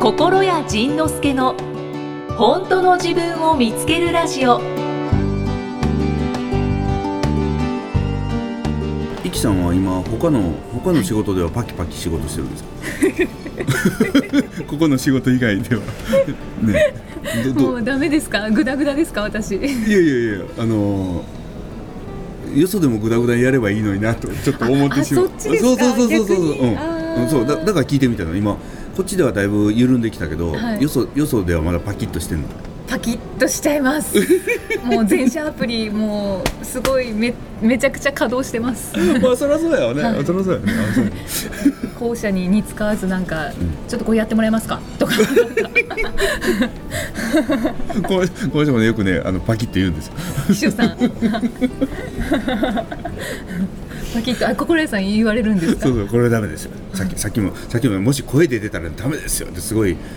心谷仁之助の本当の自分を見つけるラジオ。 イキさんは今他の仕事ではパキパキ仕事してるんですか？ここの仕事以外ではね。 もうダメですか？グダグダですか私？ いやよそでもグダグダやればいいのになとちょっと思ってしまう。 そっちですか？ そうだから聞いてみたの。今こっちではだいぶ緩んできたけど、 はい、 よそではまだパキッとしてんの？ パキッとしちゃいますもう全社アプリもうすごい めちゃくちゃ稼働してますまあそりゃそうやわね、はい、そりゃそうやね後者に似つかわずなんか、ちょっとこうやってもらえますかとかこの人もねよくねパキッと言うんですよ秘書さんパキッと心得さん言われるんですか？ そうこれダメですよ。さっきももし声で出たらダメですよってすごい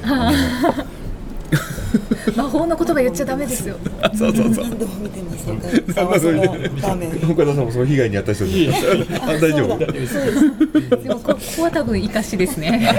魔法の言葉言っちゃダメですよ。 そうどう見てます岡田さんもその被害に遭った人です大丈夫？ でもここは多分生かしですね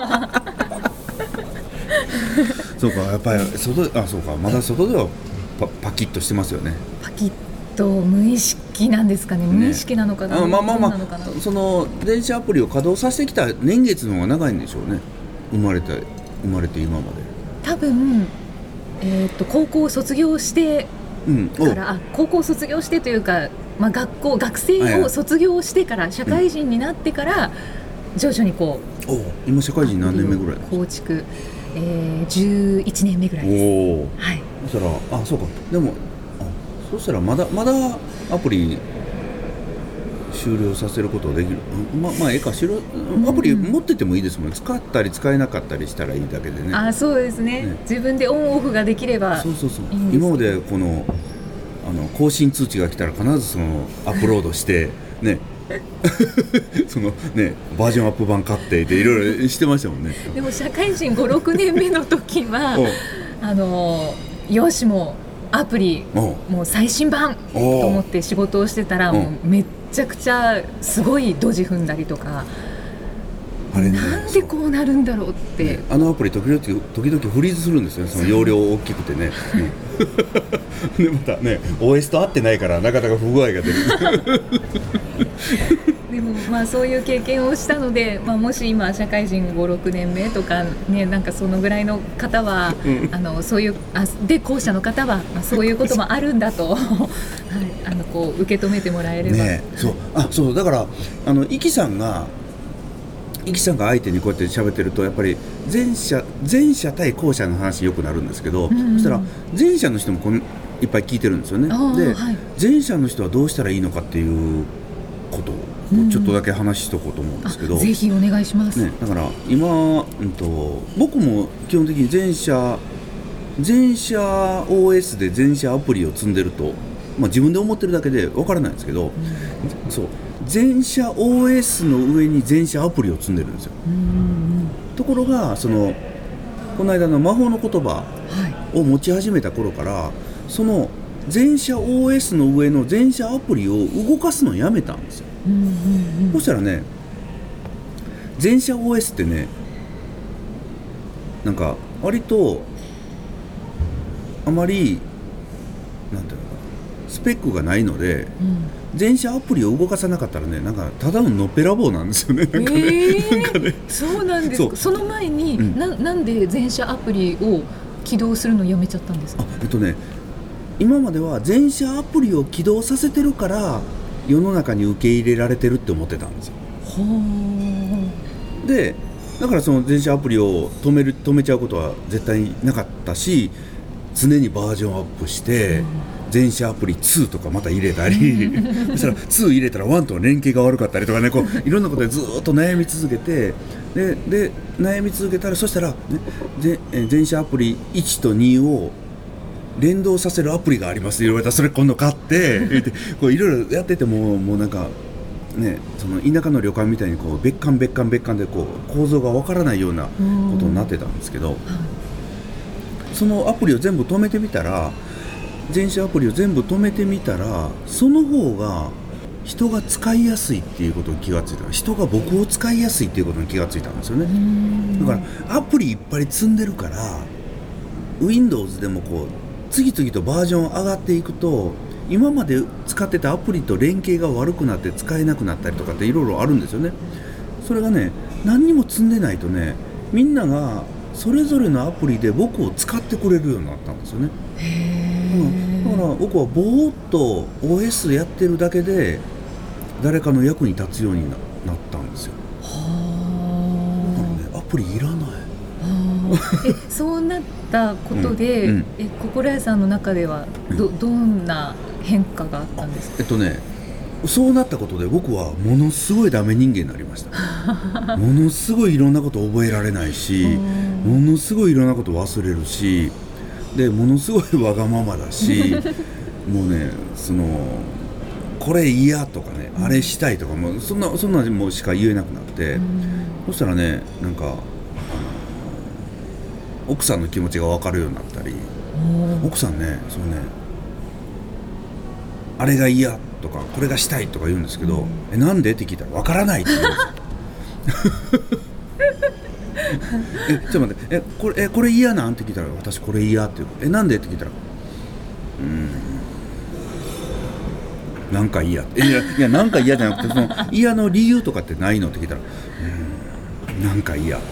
そうかやっぱりそうかまだ外ではパキッとしてますよね。 パキッと無意識なんですかね。無意識なのかな、 その電子アプリを稼働させてきた年月の方が長いんでしょうね。生まれて今まで多分、高校を卒業してから、高校を卒業してというか、学生を卒業してから社会人になってから徐々にこう、 今社会人何年目ぐらいですか？ 構築、11年目ぐらいです。はい。 そしたらそうか。でもそしたらまだアプリ終了させることができる。アプリ持っててもいいですもんね。使ったり使えなかったりしたらいいだけでね。 そうですね。自分でオンオフができればいいんです。 今までこの更新通知が来たら必ずそのアップロードしてねそのねバージョンアップ版買っていろいろしてましたもんねでも社会人 5,6 年目の時はよしもアプリもう最新版と思って仕事をしてたらもうめっちゃくちゃすごいドジ踏んだりとか、なんでこうなるんだろうって、 アプリ時々フリーズするんですよ。その容量大きくてねでまたね OS と合ってないからなかなか不具合が出るでもそういう経験をしたので、もし今社会人 5,6 年目とかね、なんかそのぐらいの方は、そういうで後者の方は、そういうこともあるんだと、こう受け止めてもらえれば、ね、 そうだからイキさんが相手にこうやって喋ってるとやっぱり前者対後者の話よくなるんですけど、そしたら前者の人もいっぱい聞いてるんですよね。で、前者の人はどうしたらいいのかっていうことをちょっとだけ話しとこうと思うんですけど、 ぜひお願いします、 だから今、僕も基本的に前者 OS で前者アプリを積んでると、自分で思ってるだけでわからないんですけど、そう前者 OS の上に前者アプリを積んでるんですよ。ところがこの間の魔法の言葉を持ち始めた頃から、その前者 OS の上の前者アプリを動かすのをやめたんですよ。そしたらね、前者 OS ってね、なんか割とあまりなんていうのかな、スペックがないので、前者アプリを動かさなかったらね、なんかただののっぺらぼうなんですよね。なんかねそうなんですか。その前に、なんで前者アプリを起動するのをやめちゃったんですか？ 今までは前者アプリを起動させてるから世の中に受け入れられてるって思ってたんですよ。でだからその前者アプリを止めちゃうことは絶対なかったし、常にバージョンアップして、前者アプリ2とかまた入れたりそしたら2入れたら1との連携が悪かったりとかね、こういろんなことでずっと悩み続けて、で悩み続けたら、そしたら、前者アプリ1と2を連動させるアプリがありますって言われたら、それ今度買ってこういろいろやっててもうなんかね、その田舎の旅館みたいにこう別館でこう構造がわからないようなことになってたんですけど、そのアプリを全部止めてみたら、前者アプリを全部止めてみたら、その方が人が使いやすいっていうことに気がついた。人が僕を使いやすいっていうことに気がついたんですよね。だからアプリいっぱい積んでるから Windows でもこう次々とバージョン上がっていくと今まで使ってたアプリと連携が悪くなって使えなくなったりとかっていろいろあるんですよね。それがね何にも積んでないとねみんながそれぞれのアプリで僕を使ってくれるようになったんですよね。だから僕はぼーっと OS やってるだけで誰かの役に立つように なったんですよ。だからねアプリいらない。 そうなったことで、心屋さんの中ではどんな変化があったんですか？ そうなったことで僕はものすごいダメ人間になりましたものすごいいろんなこと覚えられないしものすごいいろんなこと忘れるしでものすごいわがままだしもうねこれ嫌とかねあれしたいとかもうそんなもうしか言えなくなってそしたらねなんか奥さんの気持ちが分かるようになったり奥さんねあれが嫌とかこれがしたいとか言うんですけどなんでって聞いたら分からないって言うんですよちょっと待ってこれ嫌なんって聞いたら私これ嫌って言うなんでって聞いたらなんか嫌いやなんか嫌じゃなくて嫌の理由とかってないのって聞いたらなんか嫌って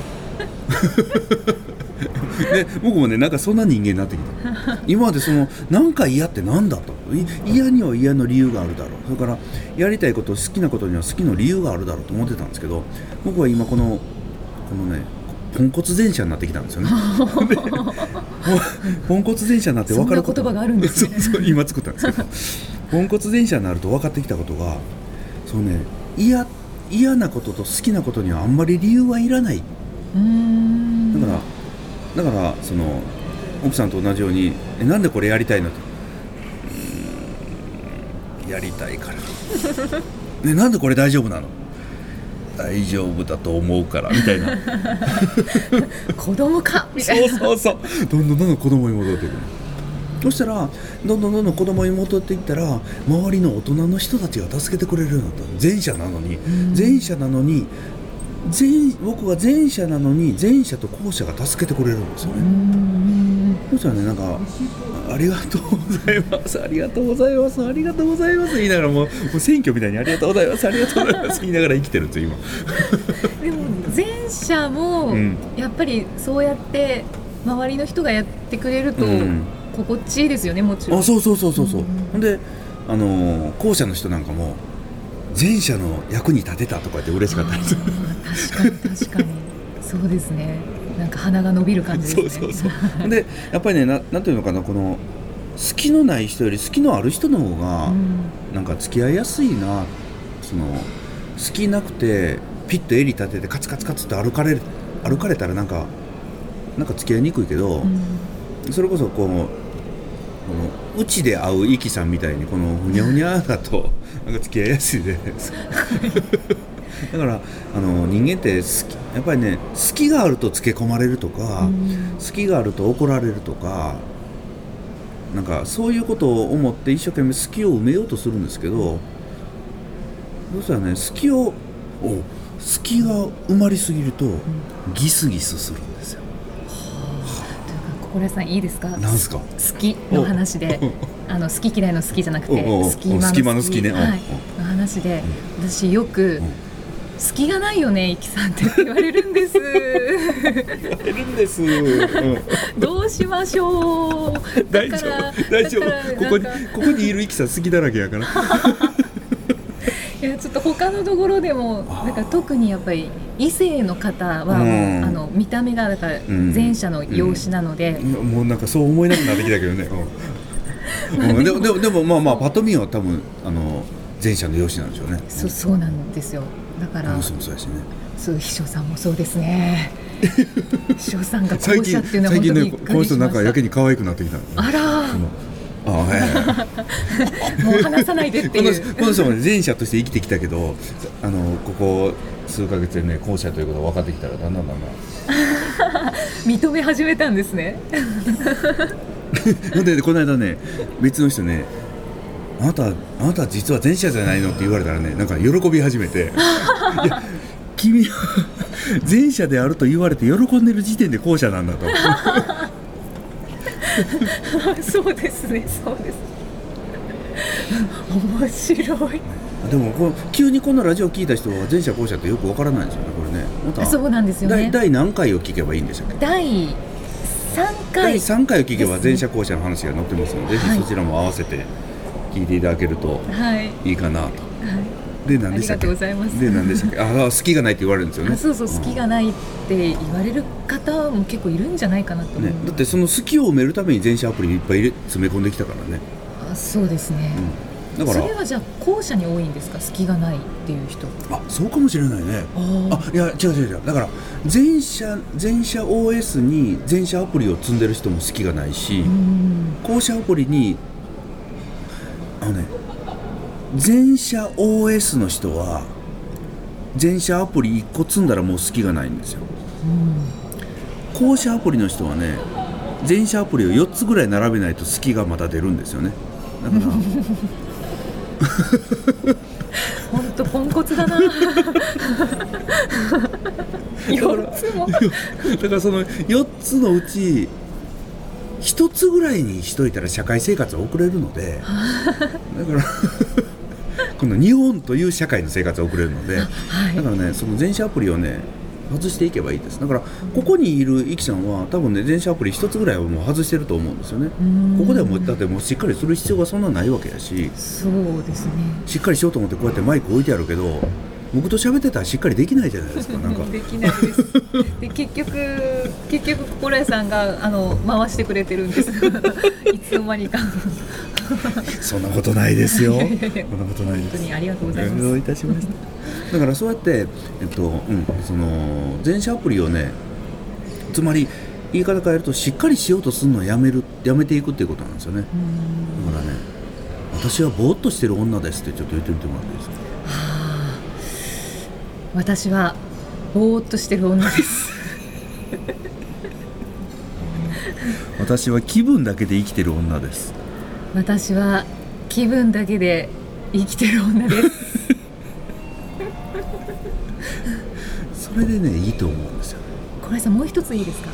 で僕もねなんかそんな人間になってきた今までなんか嫌ってなんだと嫌には嫌の理由があるだろうそれからやりたいこと好きなことには好きの理由があるだろうと思ってたんですけど僕は今このねポンコツ前者になってきたんですよねポンコツ前者になって分かることそんな言葉があるんですねそう今作ったんですけどポンコツ前者になると分かってきたことが嫌なことと好きなことにはあんまり理由はいらない。だから奥さんと同じようになんでこれやりたいのとやりたいからなんでこれ大丈夫なの大丈夫だと思うからみたいな子供かみたいなそうどんどん子供に戻っていくそしたらどんどん子供に戻っていったら周りの大人の人たちが助けてくれるようになった前者なのに僕は前者なのに前者と後者が助けてくれるんですよね。そしたらねなんかありがとうございますありがとうございますありがとうございます言いながらもう選挙みたいにありがとうございますありがとうございます言いながら生きてるんですよ今でも前者もやっぱりそうやって周りの人がやってくれると心地いいですよねもちろん。 そうほんで後者の人なんかも前者の役に立てたとか言って嬉しかったんですよ。 確かにそうですね。なんか鼻が伸びる感じですね。 そうでやっぱりねなんていうのかなこの好きのない人より好きのある人の方がなんか付き合いやすいな。好きなくてピッと襟立ててカツカツカツって歩かれたらなんか付き合いにくいけど、それこそこのうちで会うイキさんみたいにこのふにゃふにゃだとなんか付き合いやすいじゃないですかだから人間ってやっぱりね好きがあるとつけ込まれるとか好きがあると怒られるとかなんかそういうことを思って一生懸命好きを埋めようとするんですけどそしたらね好きが埋まりすぎるとギスギスするんですよ。 心屋さんいいですか？ なんすか？ 好きの話で好き嫌いの好きじゃなくて隙間の好きね、の話で私よく好きがないよねイキさんって言われるんです言われるんです、 どうしましょう。 大丈夫ここにいるイキさん好きだらけやからいやちょっと他のところでもなんか特にやっぱり異性の方はもう見た目がだから前者の容姿なので、 もうなんかそう思えなくなってきたけどねでもまあパッと見は多分前者の容姿なんでしょうね。 そうなんですよ。だからそうですね。 そう秘書さんもそうですね秘書さんが後者っていうのは本当にびっくりしました。最近ねこの人なんかやけに可愛くなってきた。 あらもう話さないでっていうこの人も、ね、前者として生きてきたけどここ数ヶ月でね後者ということが分かってきたらだんだん認め始めたんですねでこの間ね別の人ねあなた実は前者じゃないのって言われたらね、なんか喜び始めていや君は前者であると言われて喜んでる時点で後者なんだとそうですね、そうです面白い。 でも急にこのラジオ聞いた人は前者後者ってよくわからないんですよね、これね。またそうなんですよね。 第何回を聞けばいいんでしたっけ？ 第3回を聞けば前者後者の話が載ってますので、ぜひそちらも合わせて聞いていただけるといいかなと、で何でしたっけ？ ありがとうございます。 で何でしたっけ？隙がないって言われるんですよね。 そうそう、隙がないって言われる方も結構いるんじゃないかなと思う、 だってその隙を埋めるために前者アプリいっぱい詰め込んできたからね。 そうですね、だからそれはじゃあ後者に多いんですか？隙がないっていう人。 そうかもしれないね。いや違うだから前者 OS に前者アプリを積んでる人も隙がないし、後者アプリに前者 OS の人は前者アプリ1個積んだらもう隙がないんですよ。後者アプリの人はね、前者アプリを4つぐらい並べないと隙がまた出るんですよね。だから本当ポンコツだな4つもだからその4つのうち1つぐらいにしといたら社会生活を送れるのでだからこの日本という社会の生活を送れるので、だからね、その前者アプリをね外していけばいいです。だからここにいるイキさんは多分ね、前者アプリ1つぐらいはもう外してると思うんですよね。ここではもうだってもうしっかりする必要がそんなないわけやし、 そうですね、 しっかりしようと思ってこうやってマイク置いてあるけど、僕と喋ってたらしっかりできないじゃないですか。なんかできないですで結局心得さんが回してくれてるんですいつの間にかそんなことないですよ。そんなことないです。 本当にありがとうございます。 どういたしましただからそうやって、その前者アプリをね、つまり言い方変えるとしっかりしようとするのをやめていくっていうことなんですよね。だからね、私はぼーっとしてる女ですってちょっと言ってみてもらっていいですか？ 私はぼーっとしてる女です私は気分だけで生きてる女です。 私は気分だけで生きてる女ですそれでね、いいと思うんですよ。 小林さん、もう一ついいですか？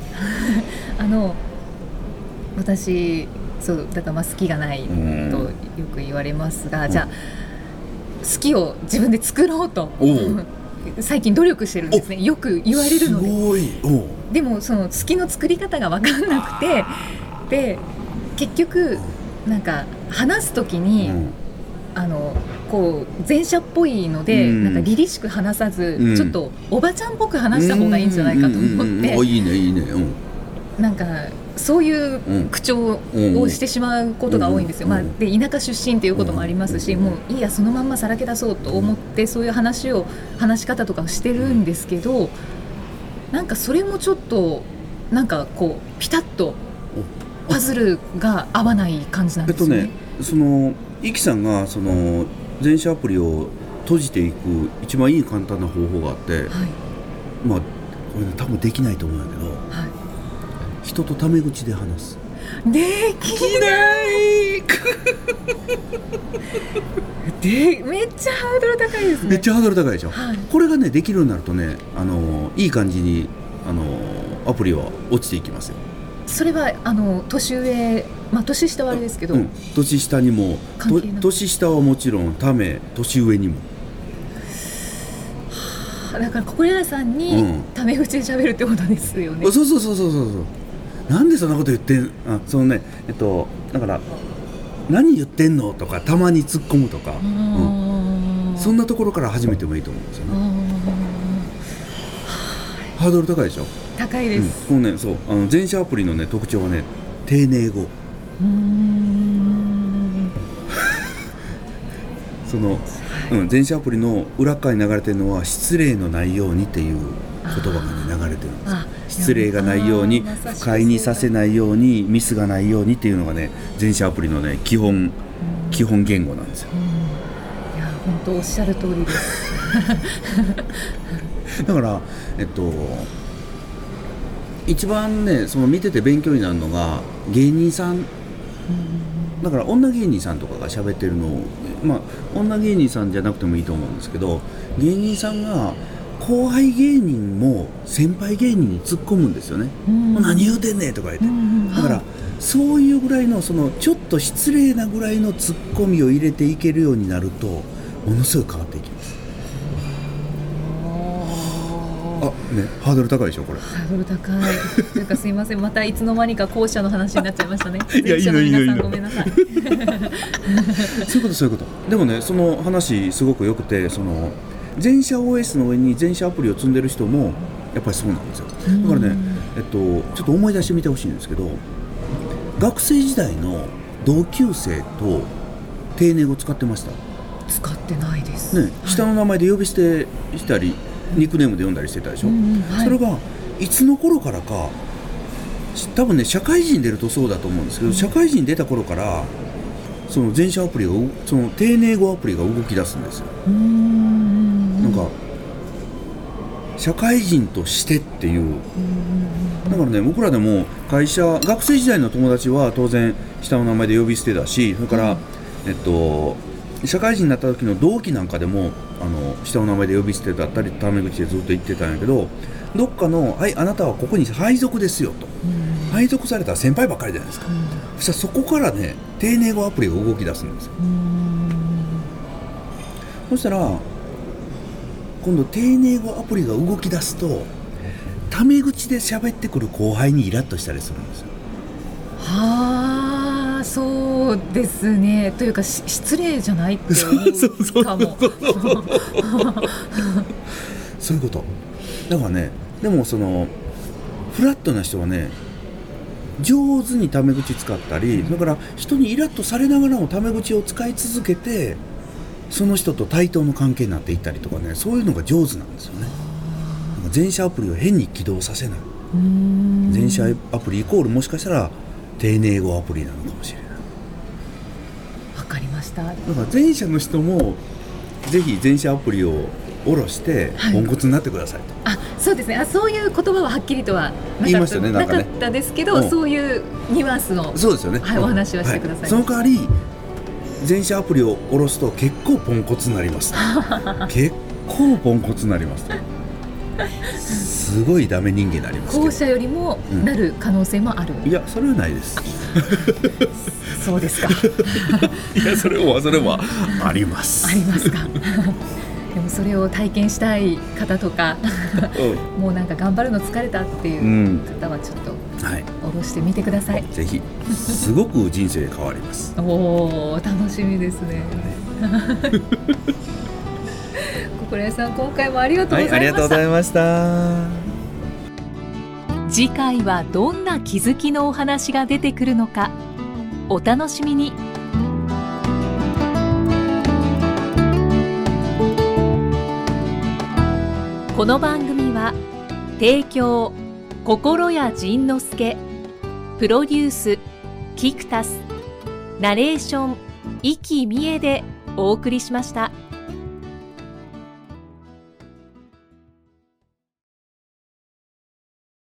私そうだから好きがないとよく言われますが、じゃあ好きを自分で作ろうと最近努力してるんですね。よく言われるので。すごい。でもその好きの作り方が分かんなくて、で結局なんか話すときに、こう前者っぽいので、なんか凛々しく話さず、ちょっとおばちゃんっぽく話した方がいいんじゃないかと思って、 いいね、 なんかそういう口調をしてしまうことが多いんですよ。で田舎出身っていうこともありますし、もういいや、そのまんまさらけ出そうと思ってそういう話し方とかをしてるんですけど、なんかそれもちょっとなんかこうピタッとパズルが合わない感じなんですよね。 そのイキさんがその前者アプリを閉じていく一番いい簡単な方法があって、これ、ね、多分できないと思うんだけど、人とタメ口で話す。 できないでめっちゃハードル高いですね。 めっちゃハードル高いでしょ、これがねできるようになるとね、いい感じにアプリは落ちていきますよ。 それは年上、年下はあれですけど、 年下にも年下はもちろんため年上にも、 だから心屋さんにタメ口で喋るってことですよね。 そうなんでそんなこと言ってんそのねだから何言ってんのとかたまに突っ込むとか、そんなところから始めてもいいと思うんですよね。ハードル高いでしょ。 高いです。 このね、そう前者アプリのね特徴はね、丁寧語。その、前者アプリの裏側に流れてるのは失礼のないようにっていう言葉がね流れてるんですよ。失礼がないように、不快にさせないように、ミスがないようにっていうのがね前者アプリのね基本言語なんですよ。 いや本当おっしゃる通りですだから一番ねその見てて勉強になるのが芸人さんだから女芸人さんとかが喋ってるのを、女芸人さんじゃなくてもいいと思うんですけど、芸人さんが後輩芸人も先輩芸人に突っ込むんですよね、何言うてんねんとか言って、だからそういうぐらいのちょっと失礼なぐらいの突っ込みを入れていけるようになるとものすごい変わっていきます。ハードル高いでしょこれ。 ハードル高いというか、すいません、またいつの間にか後者の話になっちゃいましたね。 いや、いいの皆さんごめんなさいそういうことでもね、その話すごくよくて、全社 OS の上に全社アプリを積んでる人もやっぱりそうなんですよ。だからね、ちょっと思い出してみてほしいんですけど、学生時代の同級生と丁寧語使ってました？ 使ってないです、ね。 下の名前で呼び捨てしたりニックネームで呼んだりしてたでしょ、それがいつの頃からか、多分ね社会人出るとそうだと思うんですけど、社会人出た頃からその全社アプリが丁寧語アプリが動き出すんですよ。なんか社会人としてっていう、だからね、僕らでも学生時代の友達は当然下の名前で呼び捨てだし、それから、社会人になった時の同期なんかでも下の名前で呼び捨てだったりタメ口でずっと言ってたんやけど、どっかのあなたはここに配属ですよと、配属されたら先輩ばっかりじゃないですか、そしたらそこからね丁寧語アプリが動き出すんですよ。そしたら今度丁寧語アプリが動き出すとタメ口で喋ってくる後輩にイラッとしたりするんですよ。 はあ、そうですね。というか失礼じゃないって思うかも。 そういうこと。だからね、でもフラットな人はね、上手にタメ口使ったり、だから人にイラッとされながらもタメ口を使い続けて、その人と対等の関係になっていったりとかね、そういうのが上手なんですよね。なんか全社アプリを変に起動させない。全社アプリイコールもしかしたら丁寧語アプリなのかもしれない。 わかりました。だから全社の人もぜひ全社アプリを下ろしてポンコツになってくださいと、 そうですね。そういう言葉ははっきりとは言いましたね。 なかったですけど、そういうニュアンスのそうですよね、 お話はしてください。 その代わり全社アプリを下ろすと結構ポンコツになります結構ポンコツになりますすごいダメ人間になりますけど、 後者よりもなる可能性もある、 いや、それはないですそうですかいや、それはありますありますかでもそれを体験したい方とかもうなんか頑張るの疲れたっていう方はちょっと下ろしてみてください、 ぜひ。すごく人生変わりますおー、楽しみですね心屋さん、今回もありがとうございました。 ありがとうございました。 次回はどんな気づきのお話が出てくるのか、お楽しみに。この番組は提供心谷仁之助、プロデュースキクタス、ナレーション生きみえでお送りしました。